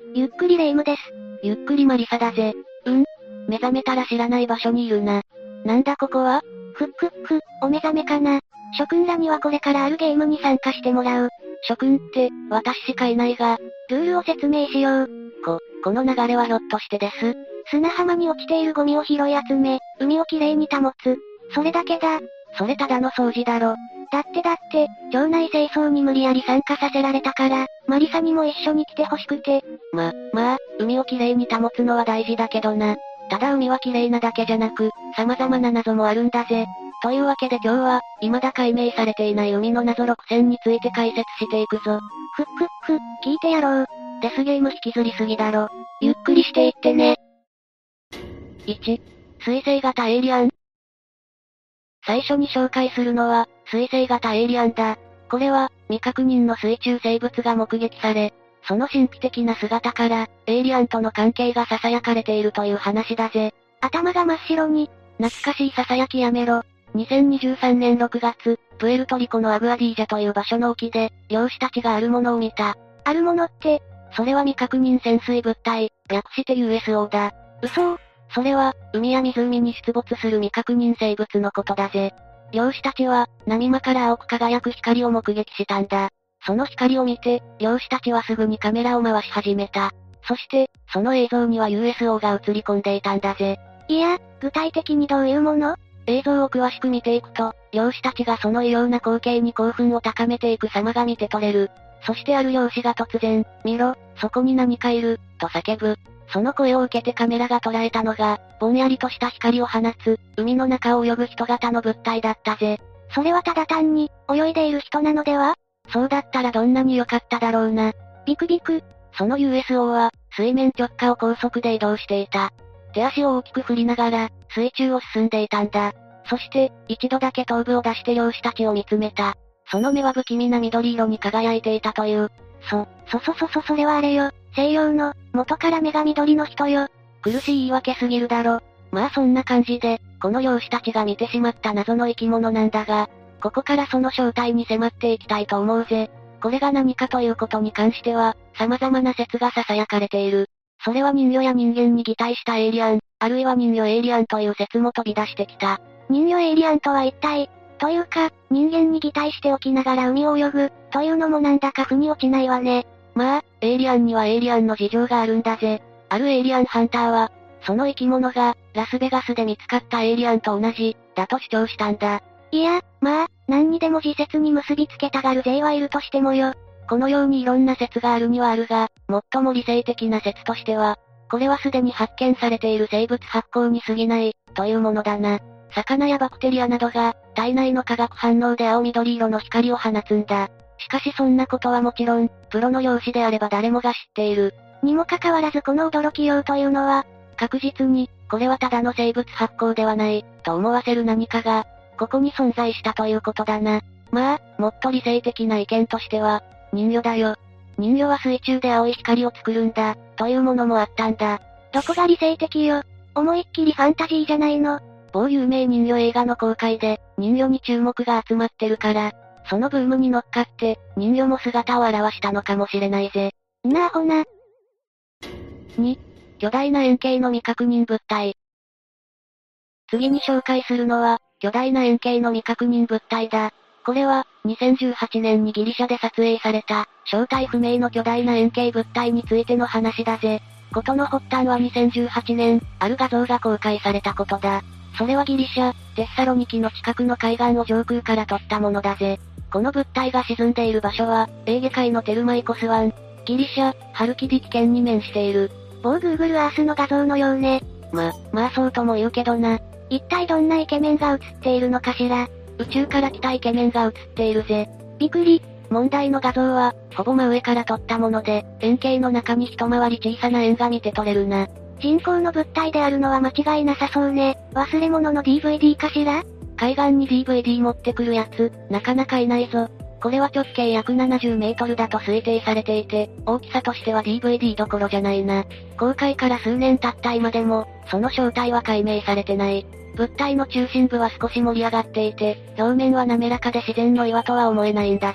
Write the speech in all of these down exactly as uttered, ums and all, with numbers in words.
ゆっくりレ夢ムです。 ゆっくりマリサだぜ。うん？目覚めたら知らない場所にいるな。なんだここは？ ふっくっく、お目覚めかな。諸君らにはこれからあるゲームに参加してもらう。 諸君って、私しかいないが、 ルールを説明しよう。 こ、この流れはひょっとしてです。 砂浜に落ちているゴミを拾い集め、海をきれいに保つ。それだけだ。 それただの掃除だろ。 だってだって、町内清掃に無理やり参加させられたから、マリサにも一緒に来てほしくて。 ま、まあ、海をきれいに保つのは大事だけどな。ただ海はきれいなだけじゃなく、様々な謎もあるんだぜ。というわけで今日は、未だ解明されていない海の謎ろくせんについて解説していくぞ。 ふっくっく、聞いてやろう。 デスゲーム引きずりすぎだろ。 ゆっくりしていってね。 いち、水星型エイリアン。最初に紹介するのは、水星型エイリアンだ。これは、未確認の水中生物が目撃され、その神秘的な姿から、エイリアンとの関係が囁かれているという話だぜ。 頭が真っ白に。 懐かしい囁きやめろ。にせんにじゅうさんねんろくがつ、プエルトリコのアグアディージャという場所の沖で、漁師たちがあるものを見た。 あるものって、 それは未確認潜水物体、略して ユーエスオー だ。 嘘？ それは、海や湖に出没する未確認生物のことだぜ。漁師たちは、波間から青く輝く光を目撃したんだ。その光を見て、漁師たちはすぐにカメラを回し始めた。そして、その映像には ユーエスオー が映り込んでいたんだぜ。 いや、具体的にどういうもの？ 映像を詳しく見ていくと、漁師たちがその異様な光景に興奮を高めていく様が見て取れる。そしてある漁師が突然、見ろ、そこに何かいる、と叫ぶ。その声を受けてカメラが捉えたのが、ぼんやりとした光を放つ、海の中を泳ぐ人型の物体だったぜ。 それはただ単に、泳いでいる人なのでは？ そうだったらどんなに良かっただろうな。 ビクビク。 その ユーエスオー は、水面直下を高速で移動していた。手足を大きく振りながら、水中を進んでいたんだ。そして、一度だけ頭部を出して漁師たちを見つめた。その目は不気味な緑色に輝いていたという。 そ、そそそそそれはあれよ。西洋の、元から目が緑の人よ。 苦しい言い訳すぎるだろ。まあそんな感じで、この漁師たちが見てしまった謎の生き物なんだが、ここからその正体に迫っていきたいと思うぜ。これが何かということに関しては、様々な説が囁かれている。それは人魚や人間に擬態したエイリアン、あるいは人魚エイリアンという説も飛び出してきた。 人魚エイリアンとは一体、というか、人間に擬態しておきながら海を泳ぐ、というのもなんだか腑に落ちないわね。 まあ、エイリアンにはエイリアンの事情があるんだぜ。あるエイリアンハンターは、その生き物が、ラスベガスで見つかったエイリアンと同じ、だと主張したんだ。 いや、まあ、何にでも自説に結びつけたがる勢はいるとしてもよ。 このようにいろんな説があるにはあるが、最も理性的な説としては、これはすでに発見されている生物発光に過ぎない、というものだな。魚やバクテリアなどが、体内の化学反応で青緑色の光を放つんだ。しかしそんなことはもちろん、プロの漁師であれば誰もが知っている。 にもかかわらずこの驚きようというのは、 確実に、これはただの生物発光ではない、と思わせる何かが、ここに存在したということだな。まあ、もっと理性的な意見としては、人魚だよ。人魚は水中で青い光を作るんだ、というものもあったんだ。 どこが理性的よ。思いっきりファンタジーじゃないの。 某有名人魚映画の公開で、人魚に注目が集まってるから、そのブームに乗っかって、人魚も姿を現したのかもしれないぜ。 んなアホな。 に、巨大な円形の未確認物体。次に紹介するのは、巨大な円形の未確認物体だ。これは、にせんじゅうはちねんにギリシャで撮影された、正体不明の巨大な円形物体についての話だぜ。ことの発端はにせんじゅうはちねん、ある画像が公開されたことだ。それはギリシャ、テッサロニキの近くの海岸を上空から撮ったものだぜ。この物体が沈んでいる場所は、エーゲ海のテルマイコス湾。ギリシャ、ハルキディキ県に面している。 某 Google Earth の画像のようね。 ま、まあそうとも言うけどな。 一体どんなイケメンが映っているのかしら。 宇宙から来たイケメンが映っているぜ。 びっくり。 問題の画像は、ほぼ真上から撮ったもので、円形の中に一回り小さな円が見て取れるな。 人工の物体であるのは間違いなさそうね。忘れ物の ディーブイディー かしら？ 海岸に ディーブイディー 持ってくるやつ、なかなかいないぞ。これは直径約ななじゅうメートルだと推定されていて、大きさとしては ディーブイディー どころじゃないな。公開から数年経った今でも、その正体は解明されてない。物体の中心部は少し盛り上がっていて、表面は滑らかで自然の岩とは思えないんだぜ。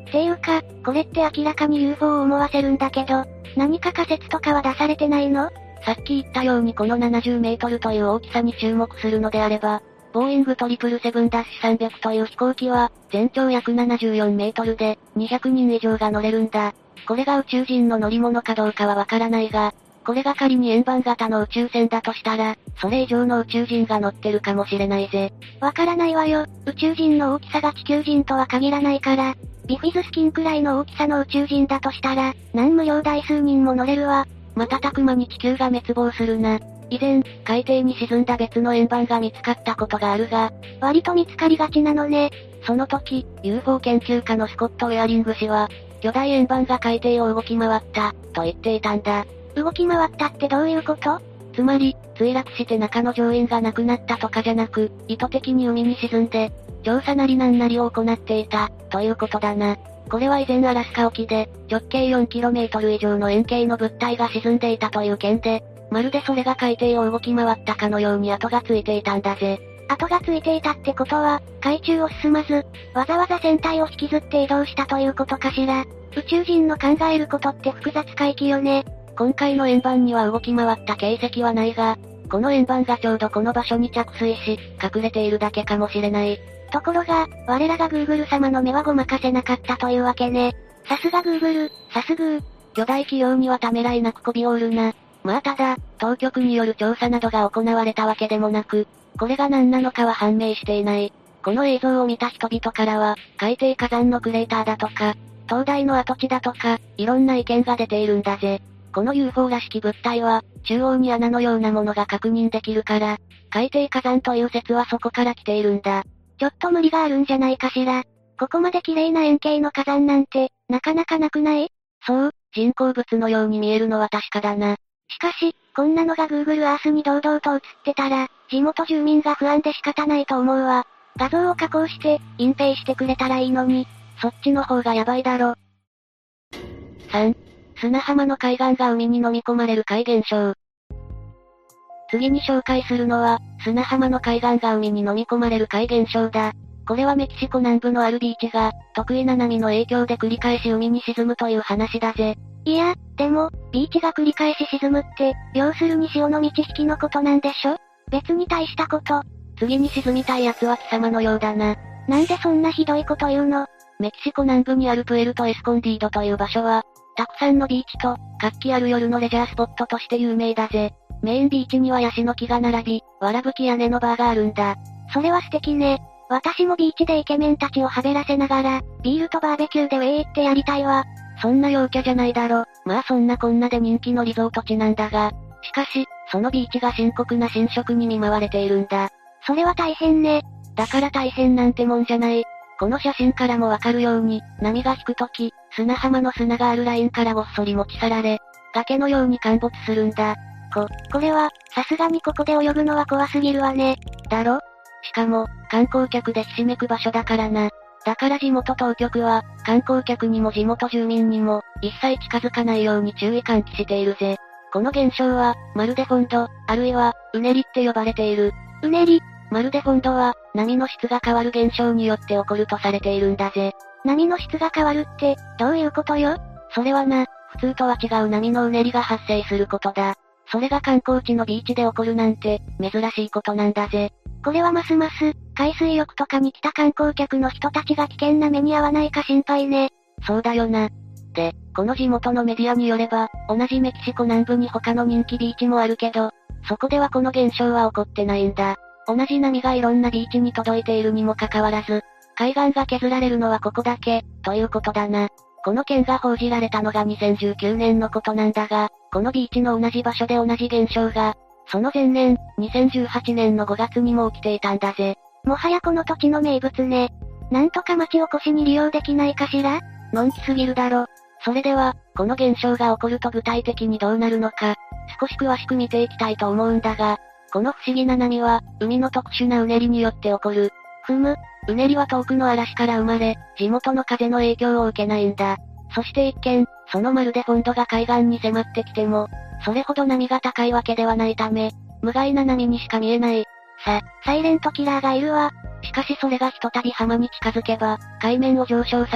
ていうか、これって明らかに ユーフォー を思わせるんだけど、何か仮説とかは出されてないの？ さっき言ったようにこのななじゅうメートルという大きさに注目するのであれば、ボーイング なななななさんびゃく という飛行機は、全長約ななじゅうよんメートルで、にひゃくにん以上が乗れるんだ。これが宇宙人の乗り物かどうかはわからないが、これが仮に円盤型の宇宙船だとしたら、それ以上の宇宙人が乗ってるかもしれないぜ。 わからないわよ。宇宙人の大きさが地球人とは限らないから、ビフィズス菌くらいの大きさの宇宙人だとしたら、何無料大数人も乗れるわ。 瞬く間に地球が滅亡するな。以前、海底に沈んだ別の円盤が見つかったことがあるが、 割と見つかりがちなのね。 その時、ユーフォー 研究家のスコット・ウェアリング氏は、巨大円盤が海底を動き回った、と言っていたんだ。 動き回ったってどういうこと？ つまり、墜落して中の乗員が亡くなったとかじゃなく、意図的に海に沈んで、調査なりなんなりを行っていた、ということだな。これは以前アラスカ沖で、直径 よんキロメートル 以上の円形の物体が沈んでいたという件で、まるでそれが海底を動き回ったかのように跡がついていたんだぜ。 跡がついていたってことは、海中を進まず、わざわざ船体を引きずって移動したということかしら。宇宙人の考えることって複雑回帰よね。 今回の円盤には動き回った形跡はないが、この円盤がちょうどこの場所に着水し、隠れているだけかもしれない。 ところが、我らが Google 様の目はごまかせなかったというわけね。さすが Google、さすぐー。 巨大企業にはためらいなく媚びおるな。まあただ、当局による調査などが行われたわけでもなく、これが何なのかは判明していない。この映像を見た人々からは、海底火山のクレーターだとか、灯台の跡地だとか、いろんな意見が出ているんだぜ。この ユーフォー らしき物体は、中央に穴のようなものが確認できるから、海底火山という説はそこから来ているんだ。 ちょっと無理があるんじゃないかしら。ここまで綺麗な円形の火山なんて、なかなかなくない？ そう、人工物のように見えるのは確かだな。 しかし、こんなのが Google Earth に堂々と映ってたら、地元住民が不安で仕方ないと思うわ。画像を加工して、隠蔽してくれたらいいのに。 そっちの方がやばいだろ。さん. 砂浜の海岸が海に飲み込まれる怪現象。次に紹介するのは、砂浜の海岸が海に飲み込まれる怪現象だ。これはメキシコ南部のあるビーチが、得意な波の影響で繰り返し海に沈むという話だぜ。 いや、でも、ビーチが繰り返し沈むって、要するに潮の満ち引きのことなんでしょ？別に大したこと。 次に沈みたい奴は貴様のようだな。 なんでそんなひどいこと言うの？ メキシコ南部にあるプエルトエスコンディードという場所は、たくさんのビーチと、活気ある夜のレジャースポットとして有名だぜ。メインビーチにはヤシの木が並び、わらぶき屋根のバーがあるんだ。 それは素敵ね。私もビーチでイケメンたちをはべらせながら、ビールとバーベキューでウェイってやりたいわ。 そんな陽キャじゃないだろ。まあそんなこんなで人気のリゾート地なんだが、しかし、そのビーチが深刻な侵食に見舞われているんだ。 それは大変ね。 だから大変なんてもんじゃない。この写真からもわかるように、波が引くとき、砂浜の砂があるラインからごっそり持ち去られ、崖のように陥没するんだ。 こ、これは、さすがにここで泳ぐのは怖すぎるわね。 だろ？しかも、観光客でひしめく場所だからな。だから地元当局は、観光客にも地元住民にも、一切近づかないように注意喚起しているぜ。この現象は、まるでフォンド、あるいは、うねりって呼ばれている。 うねり？ まるでフォンドは、波の質が変わる現象によって起こるとされているんだぜ。 波の質が変わるって、どういうことよ？ それはな、普通とは違う波のうねりが発生することだ。それが観光地のビーチで起こるなんて、珍しいことなんだぜ。 これはますます、海水浴とかに来た観光客の人たちが危険な目に遭わないか心配ね。 そうだよな。で、この地元のメディアによれば、同じメキシコ南部に他の人気ビーチもあるけど、そこではこの現象は起こってないんだ。同じ波がいろんなビーチに届いているにもかかわらず、海岸が削られるのはここだけ、ということだな。この件が報じられたのがにせんじゅうきゅうねんのことなんだが、このビーチの同じ場所で同じ現象が、その前年、にせんじゅうはちねんのごがつにも起きていたんだぜ。 もはやこの土地の名物ね。なんとか町おこしに利用できないかしら？ のんきすぎるだろ。それでは、この現象が起こると具体的にどうなるのか、少し詳しく見ていきたいと思うんだが、この不思議な波は、海の特殊なうねりによって起こる。ふむ、うねりは遠くの嵐から生まれ、地元の風の影響を受けないんだ。そして一見、そのまるでフォンドが海岸に迫ってきても、それほど波が高いわけではないため、無害な波にしか見えない。 さ、サイレントキラーがいるわ。 しかしそれがひとたび浜に近づけば、海面を上昇させ、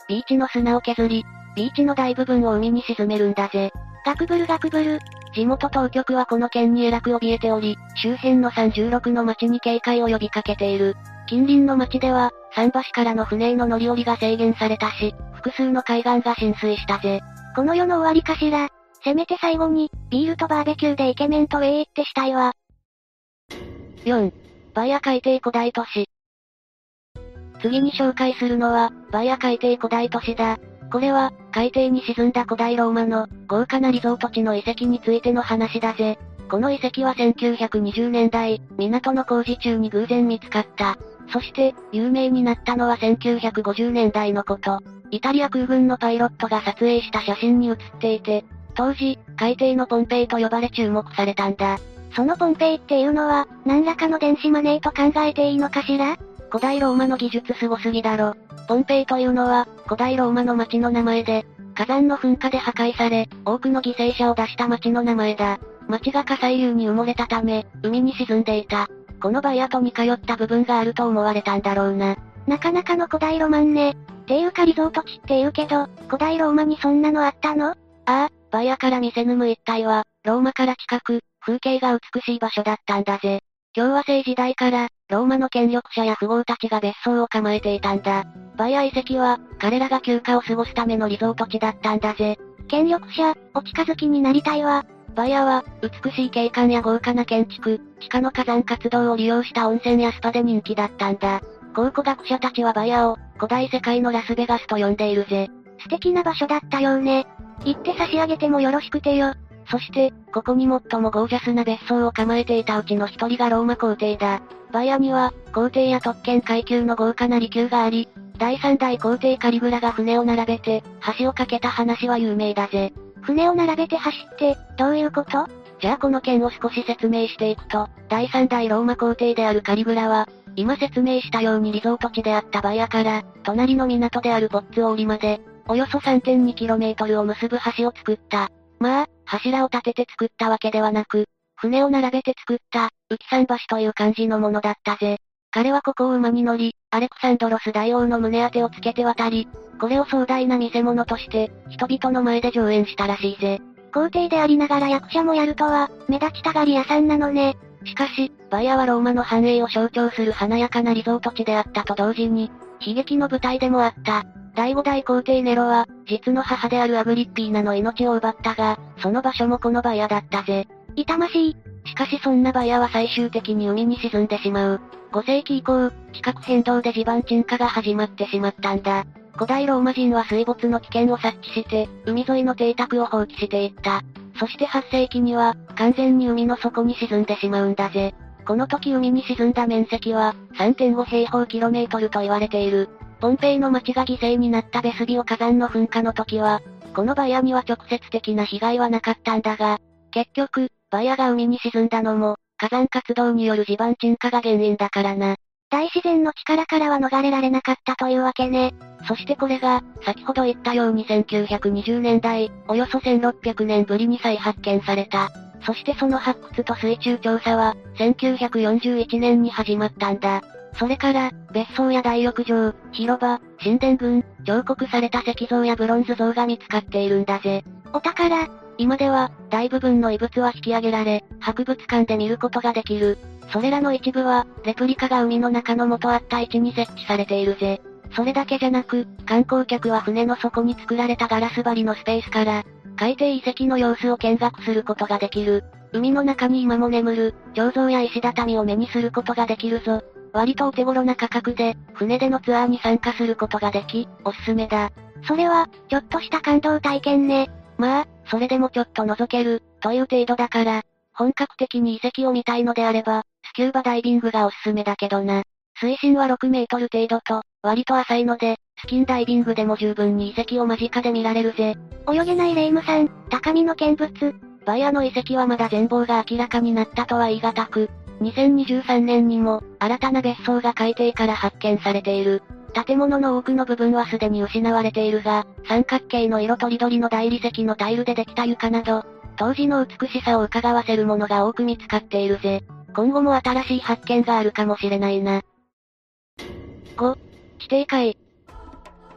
ビーチの砂を削り、ビーチの大部分を海に沈めるんだぜ。 ガクブルガクブル。 地元当局はこの件にえらく怯えており、周辺のさんじゅうろくの町に警戒を呼びかけている。近隣の町では、桟橋からの船への乗り降りが制限されたし、複数の海岸が浸水したぜ。 この世の終わりかしら。せめて最後に、ビールとバーベキューでイケメンとウェイってしたいわ。 よん. バイア海底古代都市。次に紹介するのは、バイア海底古代都市だ。これは、海底に沈んだ古代ローマの、豪華なリゾート地の遺跡についての話だぜ。この遺跡はせんきゅうひゃくにじゅうねんだい、港の工事中に偶然見つかった。そして、有名になったのはせんきゅうひゃくごじゅうねんだいのこと。イタリア空軍のパイロットが撮影した写真に写っていて、当時、海底のポンペイと呼ばれ注目されたんだ。 そのポンペイっていうのは、何らかの電子マネーと考えていいのかしら？ 古代ローマの技術すごすぎだろ。ポンペイというのは、古代ローマの町の名前で、火山の噴火で破壊され、多くの犠牲者を出した町の名前だ。町が火砕流に埋もれたため、海に沈んでいた。このバイア島に通った部分があると思われたんだろうな。 なかなかの古代ロマンね。っていうかリゾート地って言うけど、古代ローマにそんなのあったの？ああ、バイアからミセヌム一帯は、ローマから近く、風景が美しい場所だったんだぜ。共和制時代から、ローマの権力者や富豪たちが別荘を構えていたんだ。バイア遺跡は、彼らが休暇を過ごすためのリゾート地だったんだぜ。 権力者、お近づきになりたいわ。 バイアは、美しい景観や豪華な建築、地下の火山活動を利用した温泉やスパで人気だったんだ。考古学者たちはバイアを、古代世界のラスベガスと呼んでいるぜ。 素敵な場所だったようね。行って差し上げてもよろしくてよ。 そして、ここに最もゴージャスな別荘を構えていたうちの一人がローマ皇帝だ。バイアには、皇帝や特権階級の豪華な離宮があり、だいさんだい皇帝カリグラが船を並べて、橋を架けた話は有名だぜ。 船を並べて橋って、どういうこと？ じゃあこの件を少し説明していくと、だいさんだいローマ皇帝であるカリグラは、今説明したようにリゾート地であったバイアから、隣の港であるポッツオーリまで、およそ さんてんにキロメートル を結ぶ橋を作った。まあ、柱を立てて作ったわけではなく、船を並べて作った、浮桟橋という感じのものだったぜ。彼はここを馬に乗り、アレクサンドロス大王の胸当てをつけて渡り、これを壮大な見せ物として、人々の前で上演したらしいぜ。 皇帝でありながら役者もやるとは、目立ちたがり屋さんなのね。 しかし、バイアはローマの繁栄を象徴する華やかなリゾート地であったと同時に、悲劇の舞台でもあった。だいごだい皇帝ネロは、実の母であるアグリッピーナの命を奪ったが、その場所もこのバイアだったぜ。 痛ましい。 しかしそんなバイアは最終的に海に沈んでしまう。ごせいき以降、地殻変動で地盤沈下が始まってしまったんだ。古代ローマ人は水没の危険を察知して、海沿いの邸宅を放棄していった。そしてはっせいきには、完全に海の底に沈んでしまうんだぜ。この時海に沈んだ面積は、さんてんごへいほうキロメートルと言われている。ポンペイの町が犠牲になったベスビオ火山の噴火の時は、このバイアには直接的な被害はなかったんだが、結局、バイアが海に沈んだのも、火山活動による地盤沈下が原因だからな。 大自然の力からは逃れられなかったというわけね。 そしてこれが、先ほど言ったようにせんきゅうひゃくにじゅうねんだい、およそせんろっぴゃくねんぶりに再発見された。そしてその発掘と水中調査は、せんきゅうひゃくよんじゅういちねんに始まったんだ。それから、別荘や大浴場、広場、神殿群、彫刻された石像やブロンズ像が見つかっているんだぜ。 お宝。 今では、大部分の遺物は引き上げられ、博物館で見ることができる。それらの一部は、レプリカが海の中の元あった位置に設置されているぜ。それだけじゃなく、観光客は船の底に作られたガラス張りのスペースから、海底遺跡の様子を見学することができる。海の中に今も眠る、彫像や石畳を目にすることができるぞ。割とお手頃な価格で、船でのツアーに参加することができ、おすすめだ。 それは、ちょっとした感動体験ね。 まあ、それでもちょっと覗ける、という程度だから、本格的に遺跡を見たいのであれば、スキューバダイビングがおすすめだけどな。水深はろくメートル程度と、割と浅いので、スキンダイビングでも十分に遺跡を間近で見られるぜ。 泳げないレイムさん、高みの見物。 バイアの遺跡はまだ全貌が明らかになったとは言い難く、にせんにじゅうさんねんにも、新たな別荘が海底から発見されている。建物の多くの部分はすでに失われているが、三角形の色とりどりの大理石のタイルでできた床など、当時の美しさを伺わせるものが多く見つかっているぜ。今後も新しい発見があるかもしれないな。ご. 地底海。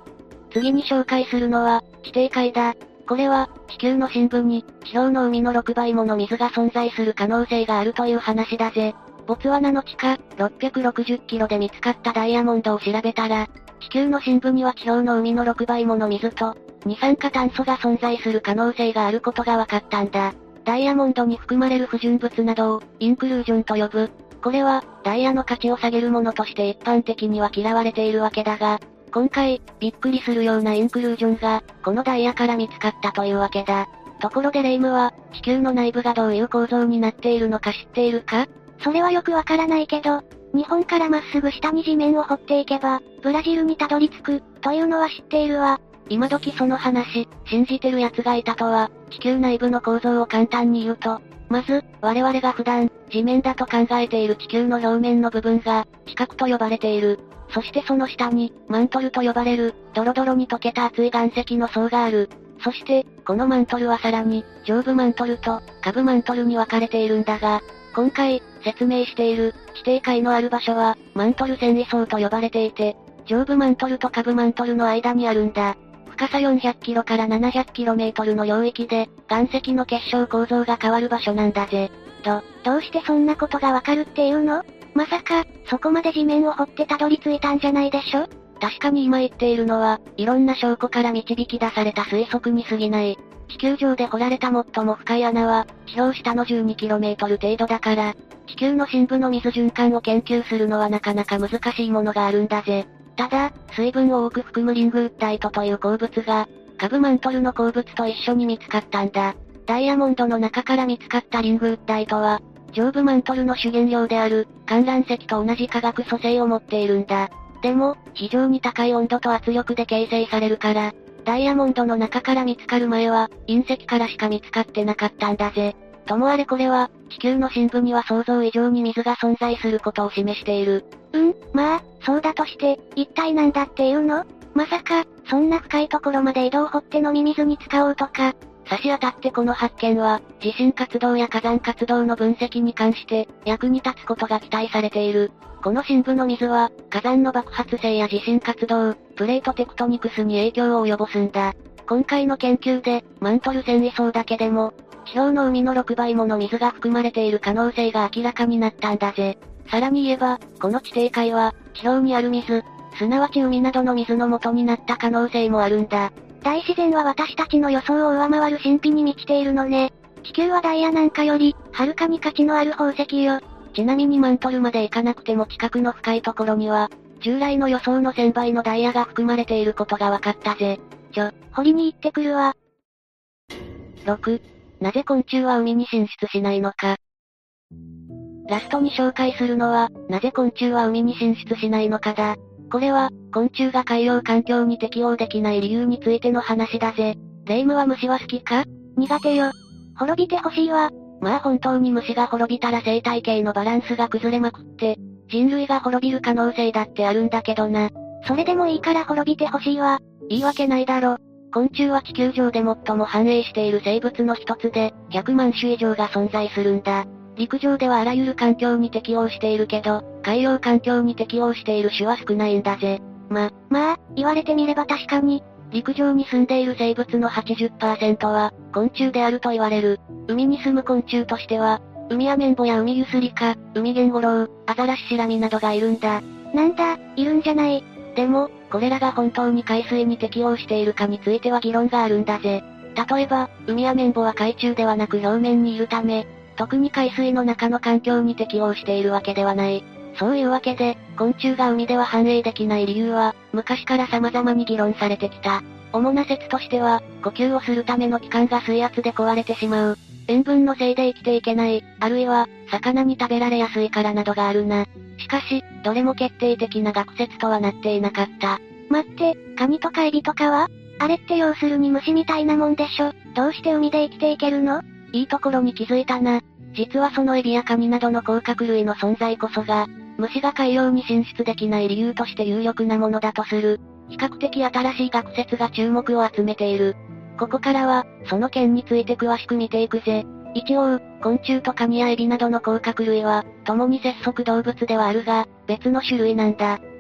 次に紹介するのは、地底海だ。これは、地球の深部に、地表の海のろくばいもの水が存在する可能性があるという話だぜ。ボツワナの地下、ろっぴゃくろくじゅっキロで見つかったダイヤモンドを調べたら、地球の深部には地表の海のろくばいもの水と、二酸化炭素が存在する可能性があることが分かったんだ。ダイヤモンドに含まれる不純物などを、インクルージョンと呼ぶ。これは、ダイヤの価値を下げるものとして一般的には嫌われているわけだが、今回、びっくりするようなインクルージョンが、このダイヤから見つかったというわけだ。ところでレイムは、地球の内部がどういう構造になっているのか知っているか？ それはよくわからないけど、日本からまっすぐ下に地面を掘っていけば、ブラジルにたどり着く、というのは知っているわ。 今時その話、信じてる奴がいたとは、地球内部の構造を簡単に言うと、まず、我々が普段、地面だと考えている地球の表面の部分が、地殻と呼ばれている。そしてその下に、マントルと呼ばれる、ドロドロに溶けた厚い岩石の層がある。そして、このマントルはさらに、上部マントルと、下部マントルに分かれているんだが、今回、説明している、地底海のある場所は、マントル繊維層と呼ばれていて、上部マントルと下部マントルの間にあるんだ。深さよんひゃくキロからななひゃくキロメートルの領域で、岩石の結晶構造が変わる場所なんだぜ。 ど、どうしてそんなことがわかるっていうの？まさか、そこまで地面を掘ってたどり着いたんじゃないでしょ？ 確かに今言っているのは、いろんな証拠から導き出された推測に過ぎない。地球上で掘られた最も深い穴は、地表下のじゅうにキロメートル程度だから、地球の深部の水循環を研究するのはなかなか難しいものがあるんだぜ。ただ、水分を多く含むリングウッダイトという鉱物が、下部マントルの鉱物と一緒に見つかったんだ。ダイヤモンドの中から見つかったリングウッダイトは、上部マントルの主原料である、観覧石と同じ化学組成を持っているんだ。でも、非常に高い温度と圧力で形成されるから、ダイヤモンドの中から見つかる前は、隕石からしか見つかってなかったんだぜ。ともあれこれは、地球の深部には想像以上に水が存在することを示している。 うん、まあ、そうだとして、一体なんだっていうの？まさか、そんな深いところまで井戸を掘って飲み水に使おうとか。 差し当たってこの発見は、地震活動や火山活動の分析に関して、役に立つことが期待されている。この深部の水は、火山の爆発性や地震活動、プレートテクトニクスに影響を及ぼすんだ。今回の研究で、マントル繊維層だけでも、地表の海のろくばいもの水が含まれている可能性が明らかになったんだぜ。さらに言えば、この地底海は、地表にある水、すなわち海などの水の元になった可能性もあるんだ。 大自然は私たちの予想を上回る神秘に満ちているのね。地球はダイヤなんかより、はるかに価値のある宝石よ。 ちなみにマントルまで行かなくても近くの深いところには、従来の予想のせんばいのダイヤが含まれていることが分かったぜ。 ちょ、掘りに行ってくるわ。 ろく. なぜ昆虫は海に進出しないのか。ラストに紹介するのは、なぜ昆虫は海に進出しないのかだ。これは、昆虫が海洋環境に適応できない理由についての話だぜ。レイムは虫は好きか？ 苦手よ。滅びてほしいわ。 まあ本当に虫が滅びたら生態系のバランスが崩れまくって、人類が滅びる可能性だってあるんだけどな。 それでもいいから滅びてほしいわ。 いいわけないだろ。昆虫は地球上で最も繁栄している生物の一つで、ひゃくまんしゅ以上が存在するんだ。陸上ではあらゆる環境に適応しているけど、海洋環境に適応している種は少ないんだぜ。 ま、まあ、言われてみれば確かに、 陸上に住んでいる生物の はちじゅっパーセント は、昆虫であると言われる。海に住む昆虫としては、ウミアメンボやウミユスリカ、ウミゲンゴロウ、アザラシシラミなどがいるんだ。 なんだ、いるんじゃない。 でも、これらが本当に海水に適応しているかについては議論があるんだぜ。例えば、ウミアメンボは海中ではなく表面にいるため、特に海水の中の環境に適応しているわけではない。そういうわけで、昆虫が海では繁栄できない理由は、昔から様々に議論されてきた。主な説としては、呼吸をするための器官が水圧で壊れてしまう。塩分のせいで生きていけない、あるいは、魚に食べられやすいからなどがあるな。しかし、どれも決定的な学説とはなっていなかった。 待って、カニとかエビとかは？あれって要するに虫みたいなもんでしょ。どうして海で生きていけるの？ いいところに気づいたな。実はそのエビやカニなどの甲殻類の存在こそが、虫が海洋に進出できない理由として有力なものだとする、比較的新しい学説が注目を集めている。ここからは、その件について詳しく見ていくぜ。一応、昆虫とカニやエビなどの甲殻類は、共に節足動物ではあるが、別の種類なんだ。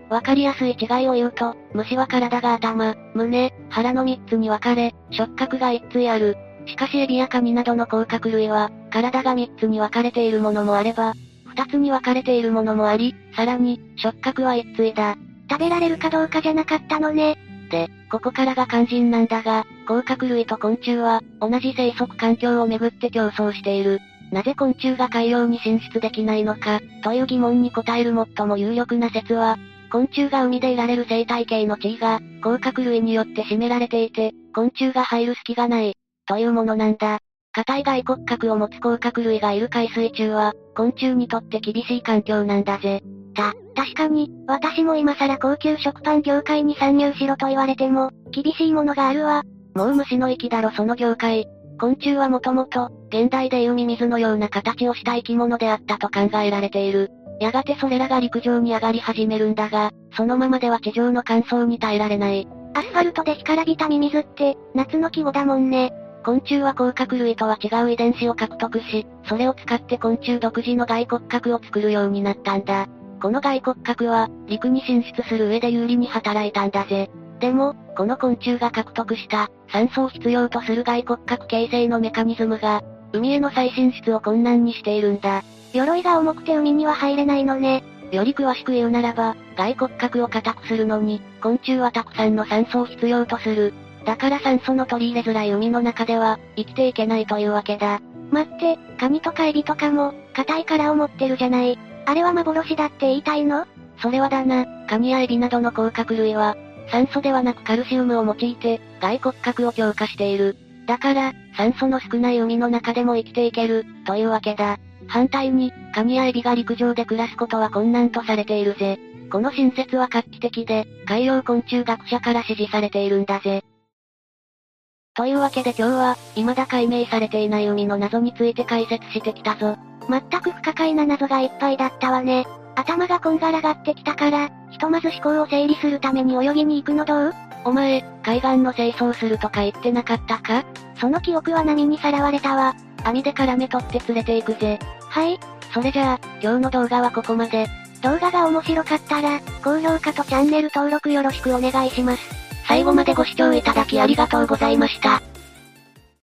わかりやすい違いを言うと、虫は体が頭、胸、腹のみっつに分かれ、触覚がいっついある。しかしエビやカニなどの甲殻類は、体がみっつに分かれているものもあれば、ふたつに分かれているものもあり、さらに、触覚はいっついだ。 食べられるかどうかじゃなかったのね。 で、ここからが肝心なんだが、甲殻類と昆虫は、同じ生息環境をめぐって競争している。なぜ昆虫が海洋に進出できないのか、という疑問に答える最も有力な説は、昆虫が海でいられる生態系の地位が、甲殻類によって占められていて、昆虫が入る隙がない、というものなんだ。硬い外骨格を持つ甲殻類がいる海水中は、昆虫にとって厳しい環境なんだぜ。 た、確かに、私も今更高級食パン業界に参入しろと言われても、厳しいものがあるわ。 もう虫の息だろその業界。昆虫はもともと、現代でいうミミズのような形をした生き物であったと考えられている。やがてそれらが陸上に上がり始めるんだが、そのままでは地上の乾燥に耐えられない。 アスファルトで干からびたミミズって、夏の季語だもんね。 昆虫は甲殻類とは違う遺伝子を獲得し、それを使って昆虫独自の外骨格を作るようになったんだ。この外骨格は、陸に進出する上で有利に働いたんだぜ。でも、この昆虫が獲得した、酸素を必要とする外骨格形成のメカニズムが、海への再進出を困難にしているんだ。 鎧が重くて海には入れないのね。 より詳しく言うならば、外骨格を硬くするのに、昆虫はたくさんの酸素を必要とする。だから酸素の取り入れづらい海の中では、生きていけないというわけだ。 待って、カニとかエビとかも、硬い殻を持ってるじゃない。あれは幻だって言いたいの？ それはだな、カニやエビなどの甲殻類は、酸素ではなくカルシウムを用いて、外骨格を強化している。だから、酸素の少ない海の中でも生きていける、というわけだ。反対に、カニやエビが陸上で暮らすことは困難とされているぜ。この新説は画期的で、海洋昆虫学者から支持されているんだぜ。というわけで今日は、未だ解明されていない海の謎について解説してきたぞ。 全く不可解な謎がいっぱいだったわね。頭がこんがらがってきたから、ひとまず思考を整理するために泳ぎに行くのどう？ お前、海岸の清掃するとか言ってなかったか？ その記憶は波にさらわれたわ。 網で絡め取って連れて行くぜ。 はい。 それじゃあ、今日の動画はここまで。 動画が面白かったら、高評価とチャンネル登録よろしくお願いします。 最後までご視聴いただきありがとうございました。